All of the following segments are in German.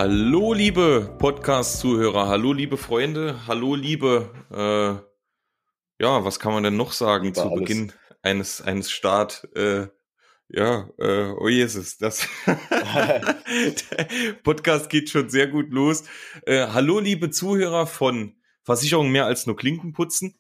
Hallo liebe Podcast-Zuhörer, hallo liebe Freunde, hallo liebe, was kann man denn noch sagen Lieber zu alles. Beginn eines Start, oh Jesus, das der Podcast geht schon sehr gut los. Hallo liebe Zuhörer von Versicherung mehr als nur Klinken putzen,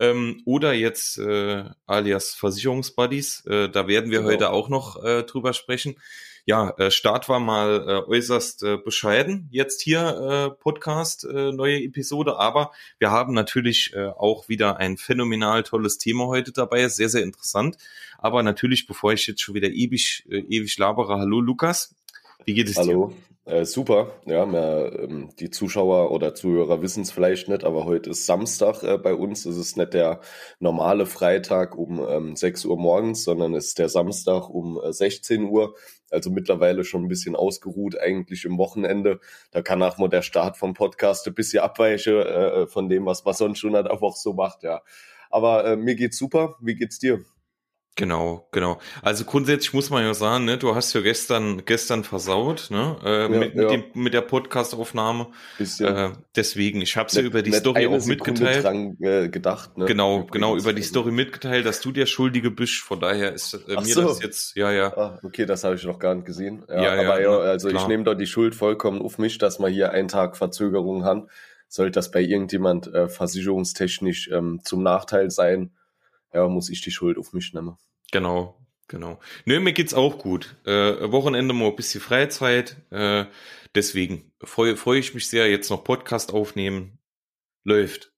oder jetzt alias Versicherungsbuddies, da werden wir Genau. heute auch noch drüber sprechen. Ja, Start war mal äußerst bescheiden. Jetzt hier Podcast, neue Episode, aber wir haben natürlich auch wieder ein phänomenal tolles Thema heute dabei, sehr, sehr interessant. Aber natürlich, bevor ich jetzt schon wieder ewig labere, hallo Lukas, wie geht es dir? Hallo, super. Ja, die Zuschauer oder Zuhörer wissen es vielleicht nicht, aber heute ist Samstag bei uns. Es ist nicht der normale Freitag um 6 Uhr morgens, sondern es ist der Samstag um 16 Uhr. Also mittlerweile schon ein bisschen ausgeruht, eigentlich im Wochenende. Da kann auch mal der Start vom Podcast ein bisschen abweichen von dem, was man sonst schon in der Woche so macht, ja. Aber mir geht's super. Wie geht's dir? Genau. Also grundsätzlich muss man ja sagen, ne, du hast ja gestern versaut, ne, Ja, ja, mit der Podcastaufnahme. bisschen. Deswegen, ich habe ja über die Nicht Story eine auch Sekunde mitgeteilt. dran gedacht, ne? Genau, Übrigens. über die Also. Story mitgeteilt, dass du der Schuldige bist. Von daher ist Ach mir das so. jetzt, ja, Ah, okay, das habe ich noch gar nicht gesehen. Ja, aber ja, ne, also ich klar. nehme da die Schuld vollkommen auf mich, dass wir hier einen Tag Verzögerung haben. Sollte das bei irgendjemand versicherungstechnisch zum Nachteil sein, ja, muss ich die Schuld auf mich nehmen. Genau. Nö, mir geht's auch gut. Wochenende mal ein bisschen Freizeit. Deswegen freu ich mich sehr, jetzt noch Podcast aufnehmen. Läuft.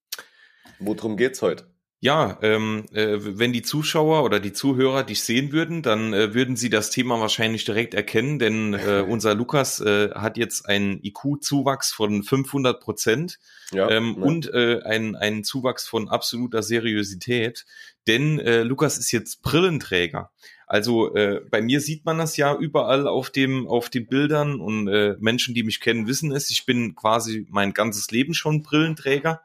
Worum geht's heute? Ja, wenn die Zuschauer oder die Zuhörer dich sehen würden, dann würden sie das Thema wahrscheinlich direkt erkennen, denn unser Lukas hat jetzt einen IQ-Zuwachs von 500% Ja, ja. und einen Zuwachs von absoluter Seriosität, denn Lukas ist jetzt Brillenträger. Also bei mir sieht man das ja überall auf den Bildern und Menschen, die mich kennen, wissen es. Ich bin quasi mein ganzes Leben schon Brillenträger.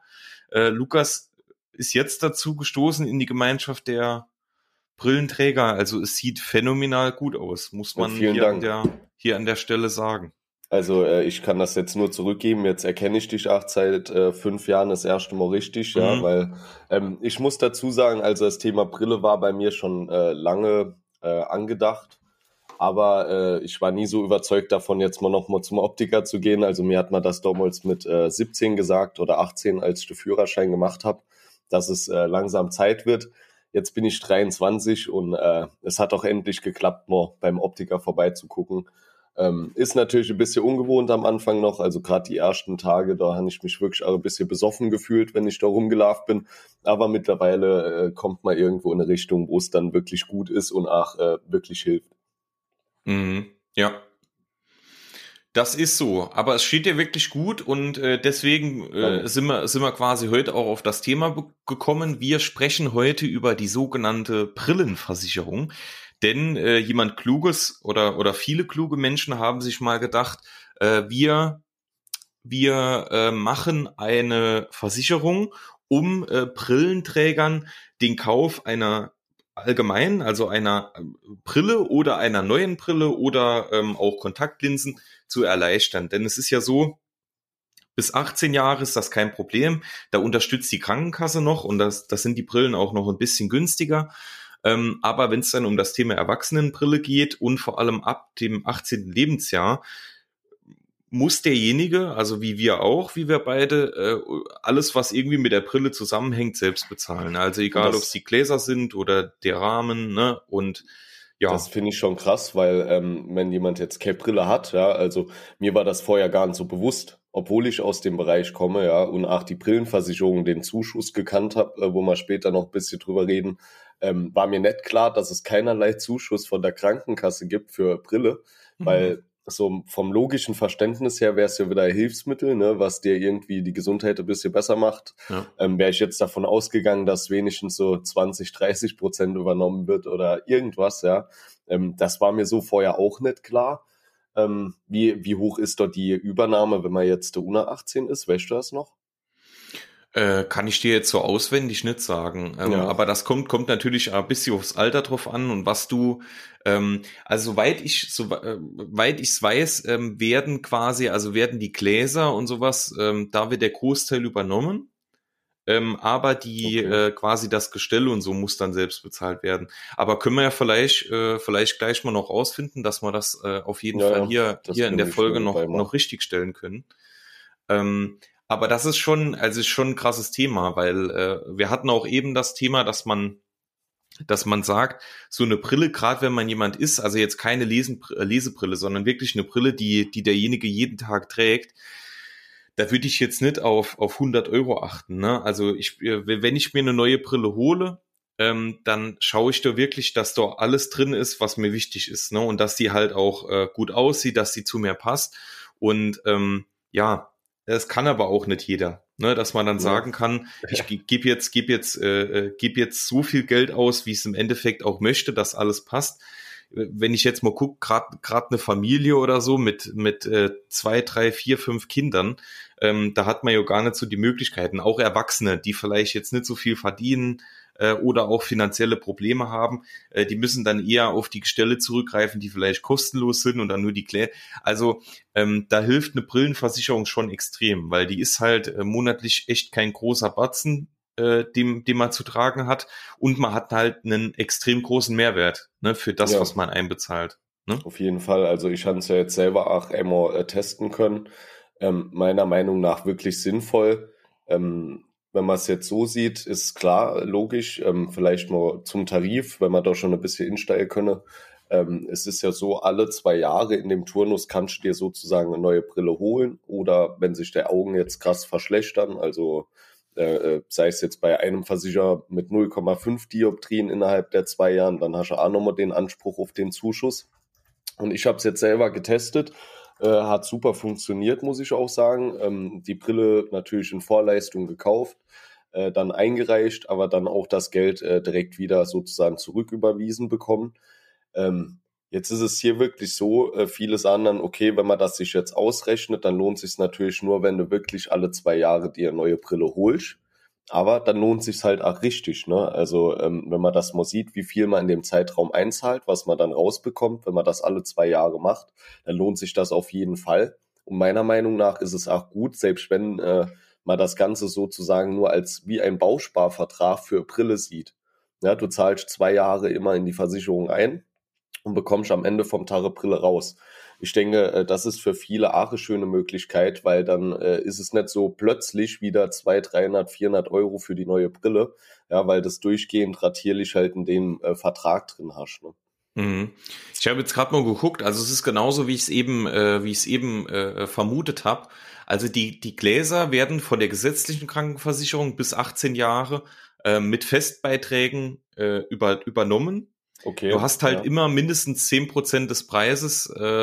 Lukas ist jetzt dazu gestoßen in die Gemeinschaft der Brillenträger. Also es sieht phänomenal gut aus, muss man Vielen Dank. hier an der Stelle sagen. Also ich kann das jetzt nur zurückgeben. Jetzt erkenne ich dich auch seit 5 Jahren das erste Mal richtig, ja, Mhm. weil ich muss dazu sagen, also das Thema Brille war bei mir schon lange angedacht, aber ich war nie so überzeugt davon, jetzt mal nochmal zum Optiker zu gehen. Also mir hat man das damals mit 17 gesagt oder 18, als ich den Führerschein gemacht habe, dass es langsam Zeit wird. Jetzt bin ich 23 und es hat auch endlich geklappt, mal beim Optiker vorbeizugucken. Ist natürlich ein bisschen ungewohnt am Anfang noch, also gerade die ersten Tage, da habe ich mich wirklich auch ein bisschen besoffen gefühlt, wenn ich da rumgelaufen bin, aber mittlerweile kommt man irgendwo in eine Richtung, wo es dann wirklich gut ist und auch wirklich hilft. Mhm. Ja, das ist so. Aber es steht dir wirklich gut und deswegen Danke. sind wir quasi heute auch auf das Thema gekommen. Wir sprechen heute über die sogenannte Brillenversicherung. Denn jemand Kluges oder viele kluge Menschen haben sich mal gedacht, wir machen eine Versicherung, um Brillenträgern den Kauf einer allgemeinen, also einer Brille oder einer neuen Brille oder auch Kontaktlinsen zu erleichtern. Denn es ist ja so, bis 18 Jahre ist das kein Problem. Da unterstützt die Krankenkasse noch und das sind die Brillen auch noch ein bisschen günstiger. Aber wenn es dann um das Thema Erwachsenenbrille geht und vor allem ab dem 18. Lebensjahr, muss derjenige, also wie wir auch, wie wir beide, alles, was irgendwie mit der Brille zusammenhängt, selbst bezahlen. Also Und egal, ob es die Gläser sind oder der Rahmen, ne? Und das ja, finde ich schon krass, weil wenn jemand jetzt keine Brille hat, ja, also mir war das vorher gar nicht so bewusst, obwohl ich aus dem Bereich komme, ja, und auch die Brillenversicherung, den Zuschuss gekannt habe, wo wir später noch ein bisschen drüber reden, war mir nicht klar, dass es keinerlei Zuschuss von der Krankenkasse gibt für Brille, mhm. weil so vom logischen Verständnis her wäre es ja wieder ein Hilfsmittel, ne, was dir irgendwie die Gesundheit ein bisschen besser macht. Ja. Wäre ich jetzt davon ausgegangen, dass wenigstens so 20-30% übernommen wird oder irgendwas, ja. Das war mir so vorher auch nicht klar. Wie hoch ist dort die Übernahme, wenn man jetzt unter 18 ist? Weißt du das noch? Kann ich dir jetzt so auswendig nicht sagen. Ja, Aber das kommt natürlich ein bisschen aufs Alter drauf an und was du, also soweit ich's weiß, werden die Gläser und sowas, da wird der Großteil übernommen. Aber okay. quasi das Gestell und so muss dann selbst bezahlt werden. Aber können wir ja vielleicht gleich mal noch rausfinden, dass wir das auf jeden Ja, Fall ja, das hier in können der wir Folge schnell dabei noch machen. richtig stellen können. Aber das ist ist schon ein krasses Thema, weil wir hatten auch eben das Thema, dass man sagt, so eine Brille, gerade wenn man jemand ist, also jetzt keine Lesebrille, sondern wirklich eine Brille, die derjenige jeden Tag trägt, da würde ich jetzt nicht auf 100 € achten. Ne? Also wenn ich mir eine neue Brille hole, dann schaue ich da wirklich, dass da alles drin ist, was mir wichtig ist. Ne? Und dass die halt auch gut aussieht, dass sie zu mir passt. Und ja, das kann aber auch nicht jeder. Ne? Dass man dann Ja, sagen kann, ich geb jetzt so viel Geld aus, wie ich es im Endeffekt auch möchte, dass alles passt. Wenn ich jetzt mal gucke, gerade eine Familie oder so mit 2, 3, 4, 5 Kindern, da hat man ja gar nicht so die Möglichkeiten. Auch Erwachsene, die vielleicht jetzt nicht so viel verdienen oder auch finanzielle Probleme haben, die müssen dann eher auf die Gestelle zurückgreifen, die vielleicht kostenlos sind und dann nur die Klä. Also da hilft eine Brillenversicherung schon extrem, weil die ist halt monatlich echt kein großer Batzen, den man zu tragen hat. Und man hat halt einen extrem großen Mehrwert, ne, für das, ja, was man einbezahlt. Ne? auf jeden Fall. Also ich habe es ja jetzt selber auch einmal testen können. Meiner Meinung nach wirklich sinnvoll. Wenn man es jetzt so sieht, ist klar, logisch, vielleicht mal zum Tarif, wenn man da schon ein bisschen insteigen könne. Es ist ja so, alle 2 Jahre in dem Turnus kannst du dir sozusagen eine neue Brille holen oder wenn sich die Augen jetzt krass verschlechtern, also sei es jetzt bei einem Versicherer mit 0,5 Dioptrien innerhalb der 2 Jahren, dann hast du auch nochmal den Anspruch auf den Zuschuss. Und ich habe es jetzt selber getestet, hat super funktioniert, muss ich auch sagen. Die Brille natürlich in Vorleistung gekauft, dann eingereicht, aber dann auch das Geld direkt wieder sozusagen zurücküberwiesen bekommen. Ähm, Jetzt ist es hier wirklich so, viele sagen dann, okay, wenn man das sich jetzt ausrechnet, dann lohnt sich natürlich nur, wenn du wirklich alle 2 Jahre dir eine neue Brille holst. Aber dann lohnt sich's halt auch richtig, ne? Also wenn man das mal sieht, wie viel man in dem Zeitraum einzahlt, was man dann rausbekommt, wenn man das alle 2 Jahre macht, dann lohnt sich das auf jeden Fall. Und meiner Meinung nach ist es auch gut, selbst wenn man das Ganze sozusagen nur als wie ein Bausparvertrag für Brille sieht. Ja, du zahlst 2 Jahre immer in die Versicherung ein und bekommst am Ende vom Tag eine Brille raus. Ich denke, das ist für viele auch eine schöne Möglichkeit, weil dann ist es nicht so plötzlich wieder 200, 300, 400 € für die neue Brille, ja, weil das durchgehend ratierlich halt in dem Vertrag drin hast. Ne? Mhm. Ich habe jetzt gerade mal geguckt, also es ist genauso, wie ich es eben vermutet habe. Also die Gläser werden von der gesetzlichen Krankenversicherung bis 18 Jahre mit Festbeiträgen übernommen. Du Okay, hast halt ja. immer mindestens 10% des Preises,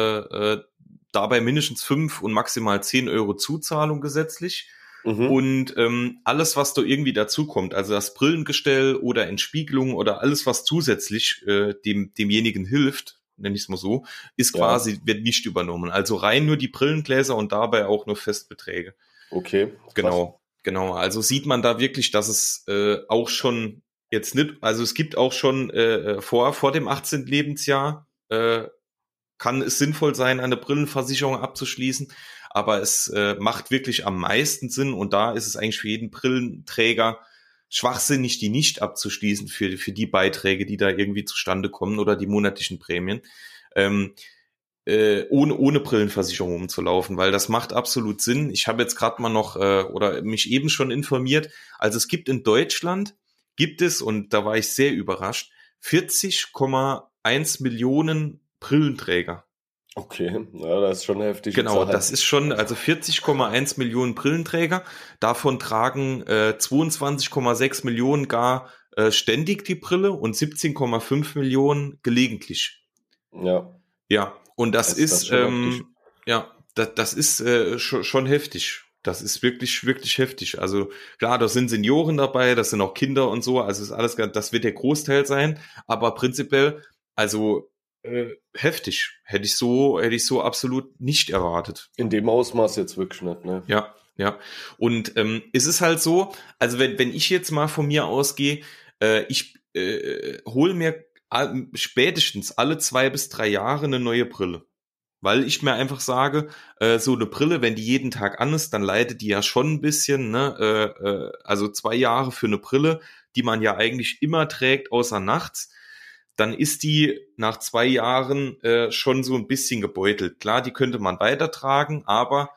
dabei mindestens 5 und maximal 10 € Zuzahlung gesetzlich. Mhm. Und alles, was da irgendwie dazukommt, also das Brillengestell oder Entspiegelung oder alles, was zusätzlich demjenigen hilft, nenne ich es mal so, Ja, wird nicht übernommen. Also rein nur die Brillengläser und dabei auch nur Festbeträge. okay, krass. Genau. Also sieht man da wirklich, dass es auch schon jetzt nicht, also es gibt auch schon vor dem 18. Lebensjahr kann es sinnvoll sein, eine Brillenversicherung abzuschließen, aber es macht wirklich am meisten Sinn und da ist es eigentlich für jeden Brillenträger schwachsinnig, die nicht abzuschließen für die Beiträge, die da irgendwie zustande kommen oder die monatlichen Prämien. Ähm, ohne Brillenversicherung umzulaufen, weil das macht absolut Sinn. Ich habe jetzt gerade mal noch oder mich eben schon informiert. Also es gibt in Deutschland, und da war ich sehr überrascht, 40,1 Millionen Brillenträger. Okay, ja, das ist schon eine heftige Genau, Zahl. das ist schon, also 40,1 Millionen Brillenträger. Davon tragen 22,6 Millionen gar ständig die Brille und 17,5 Millionen gelegentlich. Ja, Ja, und das ist schon heftig. das ist schon heftig. Das ist wirklich, wirklich heftig. Also klar, da sind Senioren dabei, das sind auch Kinder und so, also ist alles, das wird der Großteil sein, aber prinzipiell, also heftig. Hätte ich so absolut nicht erwartet. In dem Ausmaß jetzt wirklich nicht, ne? Ja. Ja. Und ist es halt so, also wenn ich jetzt mal von mir ausgehe, ich hole mir spätestens alle 2 bis 3 Jahre eine neue Brille. Weil ich mir einfach sage, so eine Brille, wenn die jeden Tag an ist, dann leidet die ja schon ein bisschen, ne? Also 2 Jahre für eine Brille, die man ja eigentlich immer trägt, außer nachts, dann ist die nach 2 Jahren schon so ein bisschen gebeutelt. Klar, die könnte man weitertragen, aber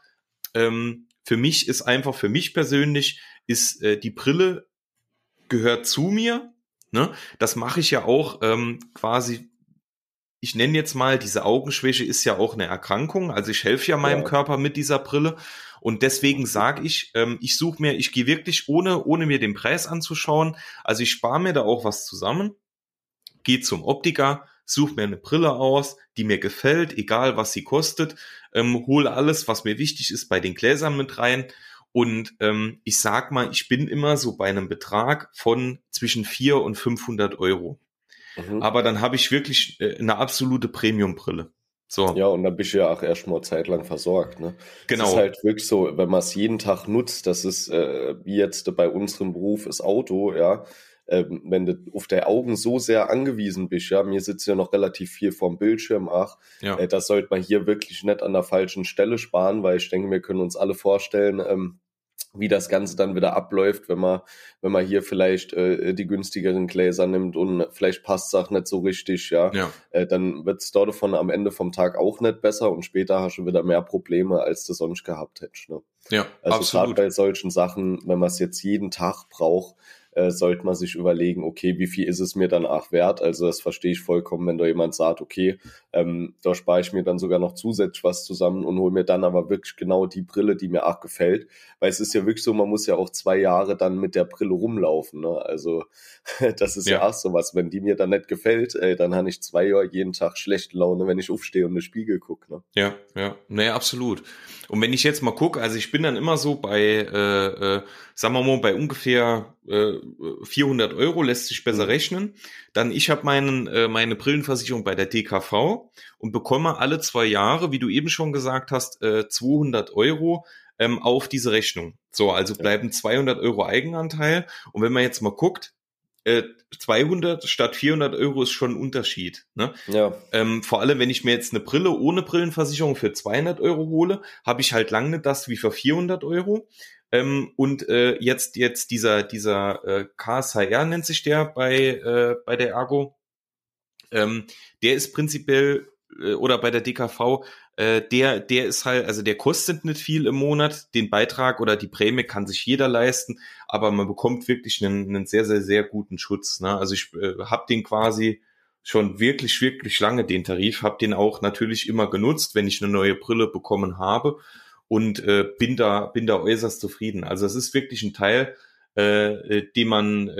für mich persönlich ist die Brille gehört zu mir. Ne? Das mache ich ja auch quasi, ich nenne jetzt mal, diese Augenschwäche ist ja auch eine Erkrankung. Also ich helfe ja meinem Ja. Körper mit dieser Brille. Und deswegen sage ich, ich gehe wirklich ohne mir den Preis anzuschauen. Also ich spare mir da auch was zusammen, gehe zum Optiker, suche mir eine Brille aus, die mir gefällt, egal was sie kostet, hole alles, was mir wichtig ist, bei den Gläsern mit rein. Und ich sag mal, ich bin immer so bei einem Betrag von zwischen 400 und 500 Euro. Mhm. Aber dann habe ich wirklich eine absolute Premium-Brille. Ja, So, und dann bist du ja auch erstmal zeitlang versorgt, ne? Es ist genau. halt wirklich so, wenn man es jeden Tag nutzt, das ist wie jetzt bei unserem Beruf das Auto, ja. Wenn du auf die Augen so sehr angewiesen bist, ja, mir sitzt ja noch relativ viel vorm Bildschirm, Ja, das sollte man hier wirklich nicht an der falschen Stelle sparen, weil ich denke, wir können uns alle vorstellen, wie das Ganze dann wieder abläuft, wenn man hier vielleicht die günstigeren Gläser nimmt und vielleicht passt es auch nicht so richtig, ja, ja, dann wird es dort davon am Ende vom Tag auch nicht besser und später hast du wieder mehr Probleme, als du sonst gehabt hättest. Ne? ja, Also gerade absolut. bei solchen Sachen, wenn man es jetzt jeden Tag braucht, sollte man sich überlegen, okay, wie viel ist es mir dann auch wert? Also das verstehe ich vollkommen, wenn da jemand sagt, okay, da spare ich mir dann sogar noch zusätzlich was zusammen und hole mir dann aber wirklich genau die Brille, die mir auch gefällt. Weil es ist ja wirklich so, man muss ja auch 2 Jahre dann mit der Brille rumlaufen. Ne? Also das ist ja Ja. auch sowas. Wenn die mir dann nicht gefällt, dann habe ich 2 Jahre jeden Tag schlechte Laune, wenn ich aufstehe und in den Spiegel gucke. Ne? Ja, ja, naja, absolut. Und wenn ich jetzt mal gucke, also ich bin dann immer so bei, sagen wir mal, bei ungefähr 400 Euro lässt sich besser Mhm. rechnen. Dann ich habe meine Brillenversicherung bei der DKV und bekomme alle 2 Jahre, wie du eben schon gesagt hast, 200 Euro auf diese Rechnung. So, also Ja. bleiben 200 Euro Eigenanteil. Und wenn man jetzt mal guckt, 200 statt 400 Euro ist schon ein Unterschied. Ne? Ja. Vor allem, wenn ich mir jetzt eine Brille ohne Brillenversicherung für 200 Euro hole, habe ich halt lange nicht das wie für 400 Euro. Und jetzt dieser KSHR nennt sich der bei der Ergo. Der ist prinzipiell oder bei der DKV, der ist halt, also der kostet nicht viel im Monat. Den Beitrag oder die Prämie kann sich jeder leisten, aber man bekommt wirklich einen sehr, sehr, sehr guten Schutz. Ne? Also ich habe den quasi schon wirklich, wirklich lange, den Tarif, habe den auch natürlich immer genutzt, wenn ich eine neue Brille bekommen habe und bin da äußerst zufrieden. Also es ist wirklich ein Teil, den man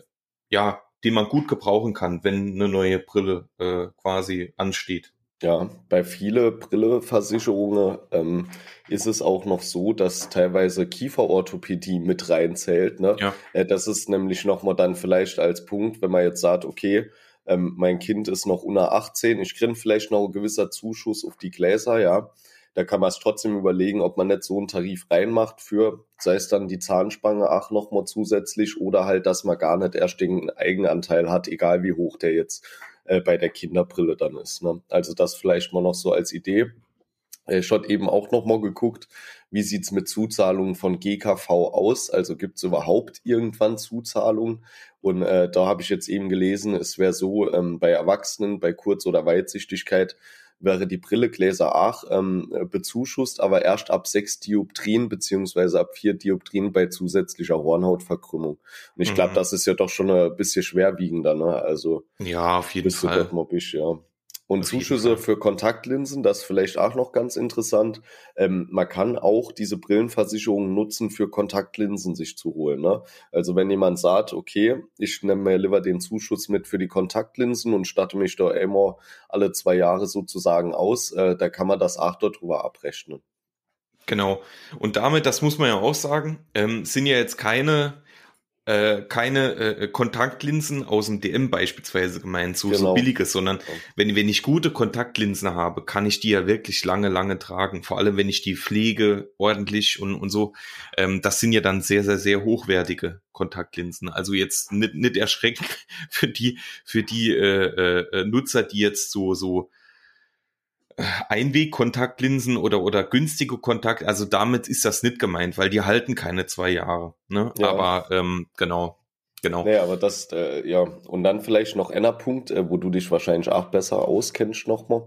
den man gut gebrauchen kann, wenn eine neue Brille quasi ansteht. Ja, bei viele Brilleversicherungen ist es auch noch so, dass teilweise Kieferorthopädie mit reinzählt. Ne? Ja, Das ist nämlich nochmal dann vielleicht als Punkt, wenn man jetzt sagt, okay, mein Kind ist noch unter 18, ich kriege vielleicht noch ein gewisser Zuschuss auf die Gläser, ja. Da kann man es trotzdem überlegen, ob man nicht so einen Tarif reinmacht für, sei es dann die Zahnspange, ach, nochmal zusätzlich oder halt, dass man gar nicht erst den Eigenanteil hat, egal wie hoch der jetzt bei der Kinderbrille dann ist. Ne? Also das vielleicht mal noch so als Idee. Ich hatte eben auch noch mal geguckt, wie sieht's mit Zuzahlungen von GKV aus? Also gibt's überhaupt irgendwann Zuzahlungen? Und da habe ich jetzt eben gelesen, es wäre so, bei Erwachsenen, bei Kurz- oder Weitsichtigkeit wäre die Brillegläser auch bezuschusst, aber erst ab 6 Dioptrien beziehungsweise ab 4 Dioptrien bei zusätzlicher Hornhautverkrümmung. Und ich glaube, mhm. das ist ja doch schon ein bisschen schwerwiegender, ne? Also Ja, auf jeden bist du dort Fall. mobisch, ja. Und Auf jeden Zuschüsse Fall. für Kontaktlinsen, das ist vielleicht auch noch ganz interessant. Man kann auch diese Brillenversicherung nutzen, für Kontaktlinsen sich zu holen. Ne? Also wenn jemand sagt, okay, ich nehme mir lieber den Zuschuss mit für die Kontaktlinsen und statte mich da immer alle 2 Jahre sozusagen aus, da kann man das auch dort drüber abrechnen. Genau. Und damit, das muss man ja auch sagen, sind ja jetzt keine keine Kontaktlinsen aus dem DM beispielsweise gemeint, so Genau. billiges, sondern wenn ich gute Kontaktlinsen habe, kann ich die ja wirklich lange, lange tragen. Vor allem, wenn ich die pflege ordentlich und so. Das sind ja dann sehr, sehr, sehr hochwertige Kontaktlinsen. Also jetzt nicht erschrecken für die Nutzer, die jetzt so Einweg-Kontaktlinsen oder günstige also damit ist das nicht gemeint, weil die halten keine 2 Jahre. Ne? Ja. Aber genau. Nee, aber das, ja. Und dann vielleicht noch einer Punkt, wo du dich wahrscheinlich auch besser auskennst nochmal.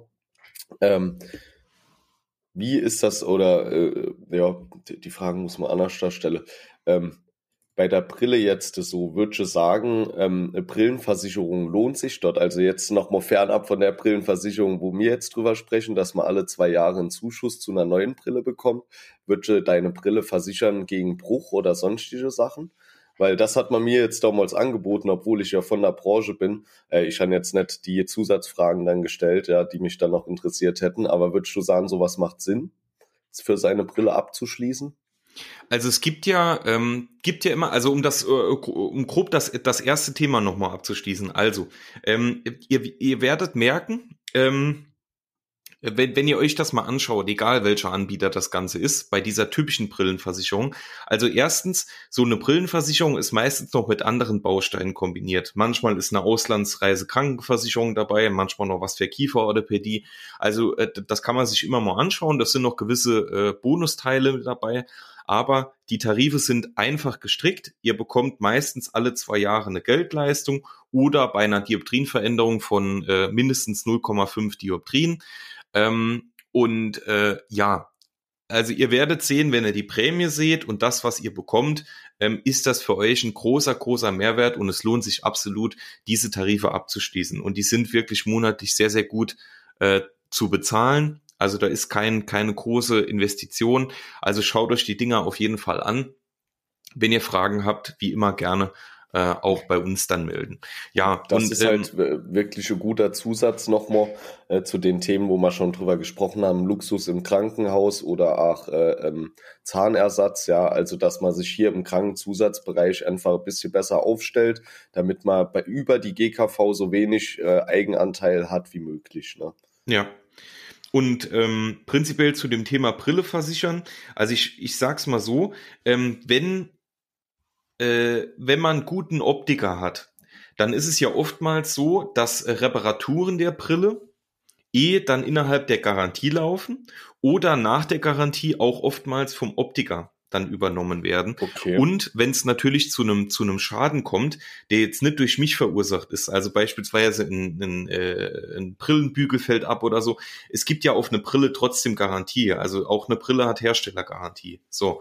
Wie ist das, oder ja, die Fragen muss man anders stellen. Bei der Brille jetzt so, würde ich sagen, eine Brillenversicherung lohnt sich dort. Also jetzt nochmal fernab von der Brillenversicherung, wo wir jetzt drüber sprechen, dass man alle 2 Jahre einen Zuschuss zu einer neuen Brille bekommt. Würde deine Brille versichern gegen Bruch oder sonstige Sachen? Weil das hat man mir jetzt damals angeboten, obwohl ich ja von der Branche bin. Ich habe jetzt nicht die Zusatzfragen dann gestellt, ja, die mich dann noch interessiert hätten. Aber würdest du sagen, sowas macht Sinn, für seine Brille abzuschließen? Also es gibt ja immer, also um grob das erste Thema nochmal abzuschließen. Also ihr werdet merken, wenn ihr euch das mal anschaut, egal welcher Anbieter das Ganze ist, bei dieser typischen Brillenversicherung. Also erstens, so eine Brillenversicherung ist meistens noch mit anderen Bausteinen kombiniert. Manchmal ist eine Auslandsreisekrankenversicherung dabei, manchmal noch was für Kieferorthopädie. Also das kann man sich immer mal anschauen. Das sind noch gewisse Bonusteile mit dabei. Aber die Tarife sind einfach gestrickt. Ihr bekommt meistens alle 2 Jahre eine Geldleistung oder bei einer Dioptrienveränderung von mindestens 0,5 Dioptrien. Ja, also ihr werdet sehen, wenn ihr die Prämie seht und das, was ihr bekommt, ist das für euch ein großer, großer Mehrwert und es lohnt sich absolut, diese Tarife abzuschließen. Und die sind wirklich monatlich sehr, sehr gut zu bezahlen. Also da ist keine große Investition. Also schaut euch die Dinger auf jeden Fall an. Wenn ihr Fragen habt, wie immer gerne auch bei uns dann melden. Ja, das und ist halt wirklich ein guter Zusatz nochmal zu den Themen, wo wir schon drüber gesprochen haben, Luxus im Krankenhaus oder auch Zahnersatz, ja, also dass man sich hier im Krankenzusatzbereich einfach ein bisschen besser aufstellt, damit man über die GKV so wenig Eigenanteil hat wie möglich. Ne? ja. Und prinzipiell zu dem Thema Brille versichern, also ich sag's mal so, wenn man einen guten Optiker hat, dann ist es ja oftmals so, dass Reparaturen der Brille dann innerhalb der Garantie laufen oder nach der Garantie auch oftmals vom Optiker dann übernommen werden. Okay. Und wenn es natürlich zu einem Schaden kommt, der jetzt nicht durch mich verursacht ist, also beispielsweise ein Brillenbügel fällt ab oder so, es gibt ja auf eine Brille trotzdem Garantie, also auch eine Brille hat Herstellergarantie. So.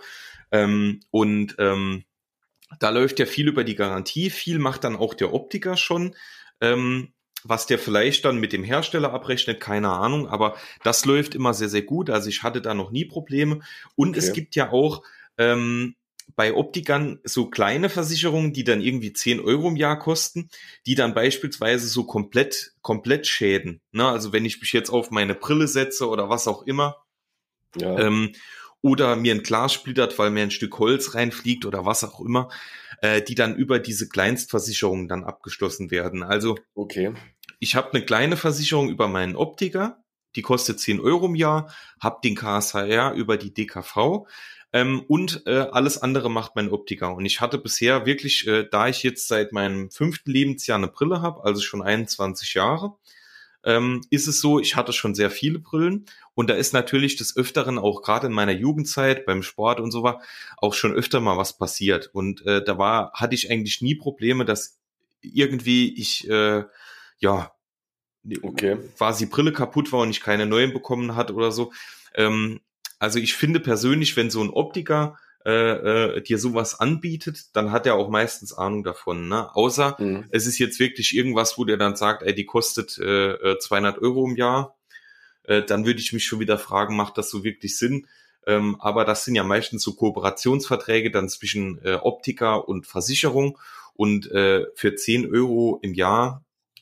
Da läuft ja viel über die Garantie, viel macht dann auch der Optiker schon, was der vielleicht dann mit dem Hersteller abrechnet, keine Ahnung, aber das läuft immer sehr, sehr gut, also ich hatte da noch nie Probleme und Okay. Es gibt ja auch bei Optikern so kleine Versicherungen, die dann irgendwie 10 Euro im Jahr kosten, die dann beispielsweise so komplett schäden, ne? Also wenn ich mich jetzt auf meine Brille setze oder was auch immer, Ja. Oder mir ein Glas splittert, weil mir ein Stück Holz reinfliegt oder was auch immer, die dann über diese Kleinstversicherungen dann abgeschlossen werden. Also Okay. ich habe eine kleine Versicherung über meinen Optiker, die kostet 10 Euro im Jahr, habe den KSHR über die DKV und alles andere macht mein Optiker. Und ich hatte bisher wirklich, da ich jetzt seit meinem 5. Lebensjahr eine Brille habe, also schon 21 Jahre, ist es so, ich hatte schon sehr viele Brillen und da ist natürlich des Öfteren auch gerade in meiner Jugendzeit beim Sport und so war auch schon öfter mal was passiert und hatte ich eigentlich nie Probleme, dass irgendwie ja Okay. quasi Brille kaputt war und ich keine neuen bekommen hat oder so. Also ich finde persönlich, wenn so ein Optiker dir sowas anbietet, dann hat er auch meistens Ahnung davon, ne? Außer es ist jetzt wirklich irgendwas, wo der dann sagt, ey, die kostet 200 Euro im Jahr, dann würde ich mich schon wieder fragen, macht das so wirklich Sinn? Aber das sind ja meistens so Kooperationsverträge dann zwischen Optiker und Versicherung und für 10 Euro im Jahr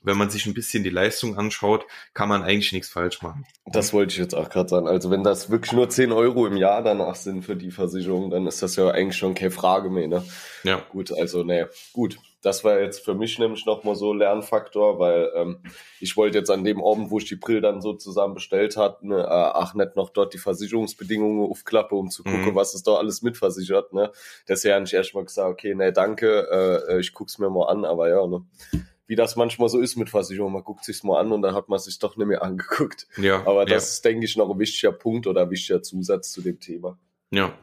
wenn man sich ein bisschen die Leistung anschaut, kann man eigentlich nichts falsch machen. Das wollte ich jetzt auch gerade sagen. Also wenn das wirklich nur 10 Euro im Jahr danach sind für die Versicherung, dann ist das ja eigentlich schon keine Frage mehr, ne? Ja. Gut, also ne, gut. Das war jetzt für mich nämlich nochmal so Lernfaktor, weil ich wollte jetzt an dem Abend, wo ich die Brill dann so zusammen bestellt hatte, ne, nicht noch dort die Versicherungsbedingungen aufklappe, um zu gucken, was ist da alles mitversichert, ne? Deswegen habe ich erstmal gesagt, okay, ne, danke, ich guck's mir mal an, aber ja, ne? Wie das manchmal so ist mit Versicherung, man guckt sich's mal an und dann hat man sich doch nicht mehr angeguckt. Ja, aber das ist, denke ich, noch ein wichtiger Punkt oder ein wichtiger Zusatz zu dem Thema. Ja.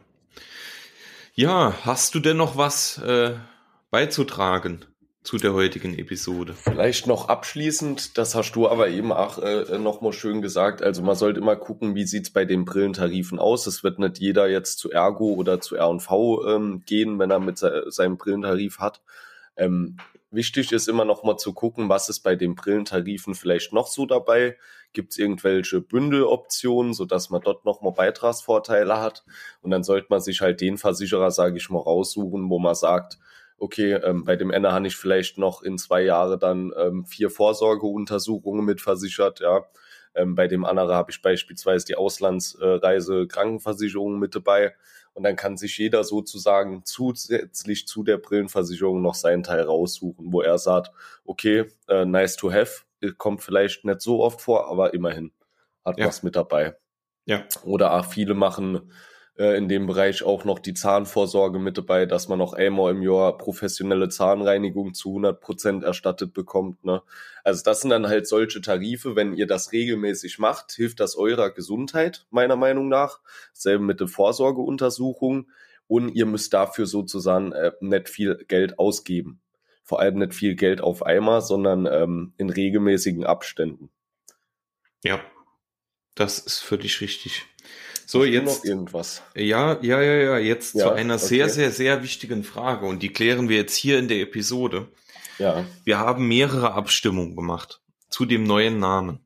Ja, hast du denn noch was beizutragen zu der heutigen Episode? Vielleicht noch abschließend, das hast du aber eben auch noch mal schön gesagt, also man sollte immer gucken, wie sieht's bei den Brillentarifen aus. Es wird nicht jeder jetzt zu Ergo oder zu R&V gehen, wenn er mit seinem Brillentarif hat. Wichtig ist immer noch mal zu gucken, was ist bei den Brillentarifen vielleicht noch so dabei. Gibt es irgendwelche Bündeloptionen, sodass man dort noch mal Beitragsvorteile hat? Und dann sollte man sich halt den Versicherer, sage ich mal, raussuchen, wo man sagt, okay, bei dem Ende habe ich vielleicht noch in 2 Jahren dann 4 Vorsorgeuntersuchungen mitversichert, ja. Bei dem anderen habe ich beispielsweise die Auslandsreise-Krankenversicherung mit dabei. Und dann kann sich jeder sozusagen zusätzlich zu der Brillenversicherung noch seinen Teil raussuchen, wo er sagt, okay, nice to have, kommt vielleicht nicht so oft vor, aber immerhin hat was mit dabei. Ja. Oder auch viele machen in dem Bereich auch noch die Zahnvorsorge mit dabei, dass man noch einmal im Jahr professionelle Zahnreinigung zu 100% erstattet bekommt, ne? Also das sind dann halt solche Tarife, wenn ihr das regelmäßig macht, hilft das eurer Gesundheit, meiner Meinung nach. Selben mit der Vorsorgeuntersuchung und ihr müsst dafür sozusagen nicht viel Geld ausgeben. Vor allem nicht viel Geld auf einmal, sondern in regelmäßigen Abständen. Ja, das ist völlig richtig. So, jetzt noch irgendwas. Ja, jetzt zu einer sehr, sehr, sehr wichtigen Frage und die klären wir jetzt hier in der Episode. Ja. Wir haben mehrere Abstimmungen gemacht zu dem neuen Namen.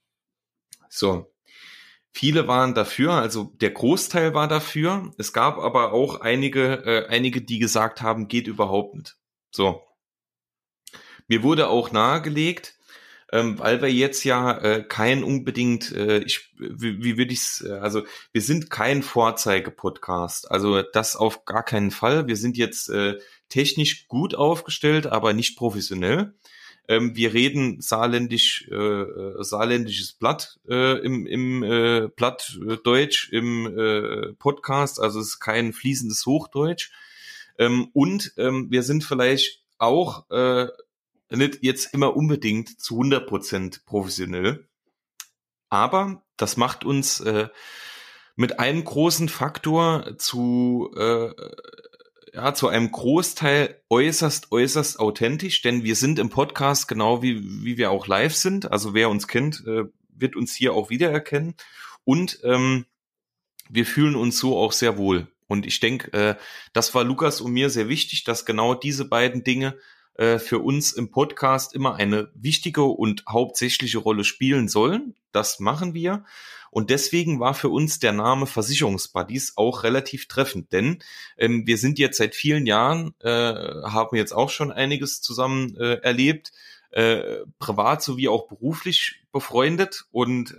So, viele waren dafür, also der Großteil war dafür. Es gab aber auch einige, die gesagt haben, geht überhaupt nicht. So, mir wurde auch nahegelegt, weil wir jetzt ja kein unbedingt, wie würde ich's, also wir sind kein Vorzeige-Podcast, also das auf gar keinen Fall. Wir sind jetzt technisch gut aufgestellt, aber nicht professionell. Wir reden saarländisches Blatt im Plattdeutsch im Podcast, also es ist kein fließendes Hochdeutsch. Und wir sind vielleicht auch nicht jetzt immer unbedingt zu 100% professionell, aber das macht uns mit einem großen Faktor zu einem Großteil äußerst authentisch, denn wir sind im Podcast genau wie wir auch live sind, also wer uns kennt, wird uns hier auch wiedererkennen und wir fühlen uns so auch sehr wohl und ich denke, das war Lukas und mir sehr wichtig, dass genau diese beiden Dinge für uns im Podcast immer eine wichtige und hauptsächliche Rolle spielen sollen. Das machen wir. Und deswegen war für uns der Name Versicherungsbuddies auch relativ treffend, denn wir sind jetzt seit vielen Jahren, haben jetzt auch schon einiges zusammen erlebt, privat sowie auch beruflich befreundet und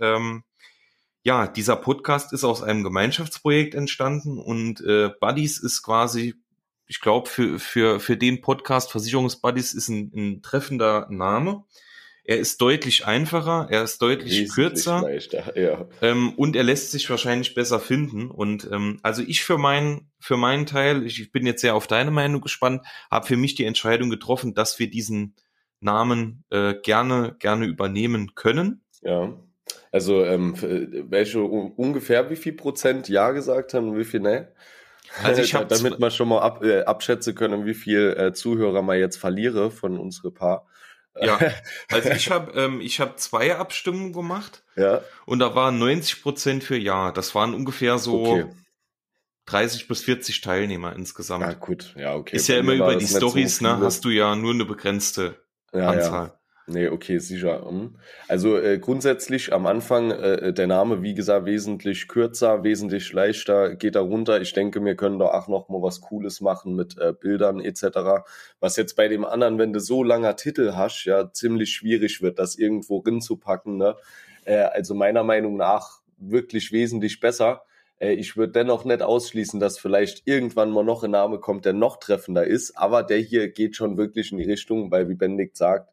dieser Podcast ist aus einem Gemeinschaftsprojekt entstanden und Buddies ist quasi, ich glaube, für den Podcast Versicherungsbuddies ist ein treffender Name. Er ist deutlich einfacher, er ist deutlich kürzer leichter, ja. Und er lässt sich wahrscheinlich besser finden. Und also ich für meinen Teil, ich bin jetzt sehr auf deine Meinung gespannt, habe für mich die Entscheidung getroffen, dass wir diesen Namen gerne übernehmen können. Ja, also welche ungefähr wie viel Prozent Ja gesagt haben und wie viel ne? Also ich habe damit man schon mal abschätzen können, wie viel Zuhörer man jetzt verliere von unsere Paar. Ja, also ich habe 2 Abstimmungen gemacht. Ja. Und da waren 90% für Ja. Das waren ungefähr so 30 bis 40 Teilnehmer insgesamt. Ja, gut, ja, okay. Ist ja immer über die Stories, so ne, hast du ja nur eine begrenzte Anzahl. Nee, okay, sicher. Also grundsätzlich am Anfang der Name, wie gesagt, wesentlich kürzer, wesentlich leichter, geht da runter. Ich denke, wir können da auch noch mal was Cooles machen mit Bildern etc. Was jetzt bei dem anderen, wenn du so langer Titel hast, ja, ziemlich schwierig wird, das irgendwo rinzupacken, ne? Also meiner Meinung nach wirklich wesentlich besser. Ich würde dennoch nicht ausschließen, dass vielleicht irgendwann mal noch ein Name kommt, der noch treffender ist, aber der hier geht schon wirklich in die Richtung, weil wie Benedikt sagt,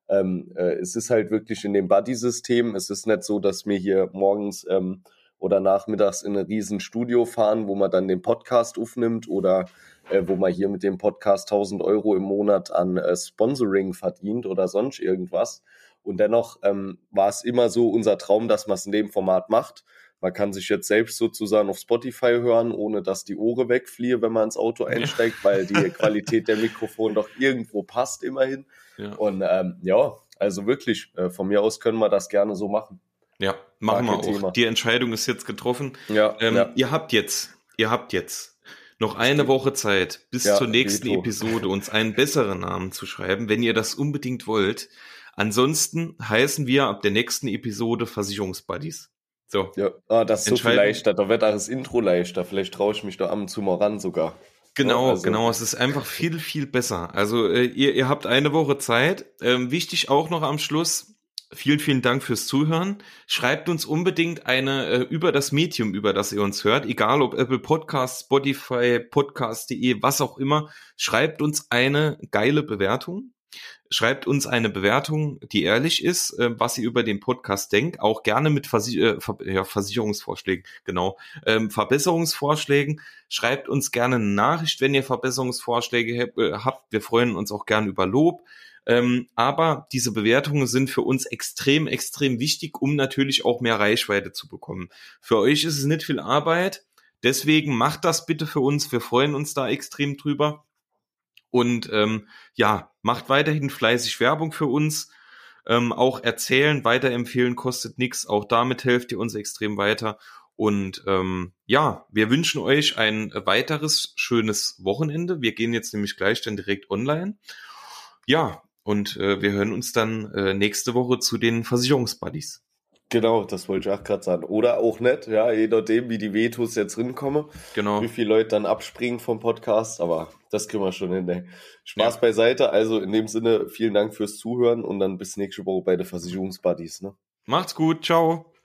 es ist halt wirklich in dem Buddy-System. Es ist nicht so, dass wir hier morgens oder nachmittags in ein riesen Studio fahren, wo man dann den Podcast aufnimmt oder wo man hier mit dem Podcast 1.000 € im Monat an Sponsoring verdient oder sonst irgendwas. Und dennoch war es immer so unser Traum, dass man es in dem Format macht. Man kann sich jetzt selbst sozusagen auf Spotify hören, ohne dass die Ohren wegfliehen, wenn man ins Auto einsteigt, weil die Qualität der Mikrofone doch irgendwo passt immerhin. Ja. Und ja, also wirklich, von mir aus können wir das gerne so machen. Ja, machen wir auch. Thema. Die Entscheidung ist jetzt getroffen. Ja, ja. Ihr habt jetzt noch eine Woche Zeit bis zur nächsten Episode uns einen besseren Namen zu schreiben, wenn ihr das unbedingt wollt. Ansonsten heißen wir ab der nächsten Episode Versicherungsbuddies. So. Ja, das ist so viel leichter. Da wird auch das Intro leichter. Vielleicht traue ich mich da ab und zu mal ran sogar. Genau, genau. Es ist einfach viel, viel besser. Also ihr habt eine Woche Zeit. Wichtig auch noch am Schluss. Vielen, vielen Dank fürs Zuhören. Schreibt uns unbedingt eine über das Medium, über das ihr uns hört, egal ob Apple Podcasts, Spotify, Podcast.de, was auch immer. Schreibt uns eine geile Bewertung. Schreibt uns eine Bewertung, die ehrlich ist, was ihr über den Podcast denkt. Auch gerne mit Versicherungsvorschlägen, genau. Verbesserungsvorschlägen. Schreibt uns gerne eine Nachricht, wenn ihr Verbesserungsvorschläge habt. Wir freuen uns auch gerne über Lob. Aber diese Bewertungen sind für uns extrem, extrem wichtig, um natürlich auch mehr Reichweite zu bekommen. Für euch ist es nicht viel Arbeit. Deswegen macht das bitte für uns. Wir freuen uns da extrem drüber. Und macht weiterhin fleißig Werbung für uns. Auch erzählen, weiterempfehlen kostet nichts. Auch damit helft ihr uns extrem weiter. Und wir wünschen euch ein weiteres schönes Wochenende. Wir gehen jetzt nämlich gleich dann direkt online. Ja, und wir hören uns dann nächste Woche zu den Versicherungsbuddies. Genau, das wollte ich auch gerade sagen. Oder auch nicht, ja, je nachdem, wie die Vetos jetzt rinkommen. Genau. Wie viele Leute dann abspringen vom Podcast, aber das kriegen wir schon hin. Ey. Spaß beiseite, also in dem Sinne, vielen Dank fürs Zuhören und dann bis nächste Woche bei den Versicherungsbuddies. Ne? Macht's gut, ciao.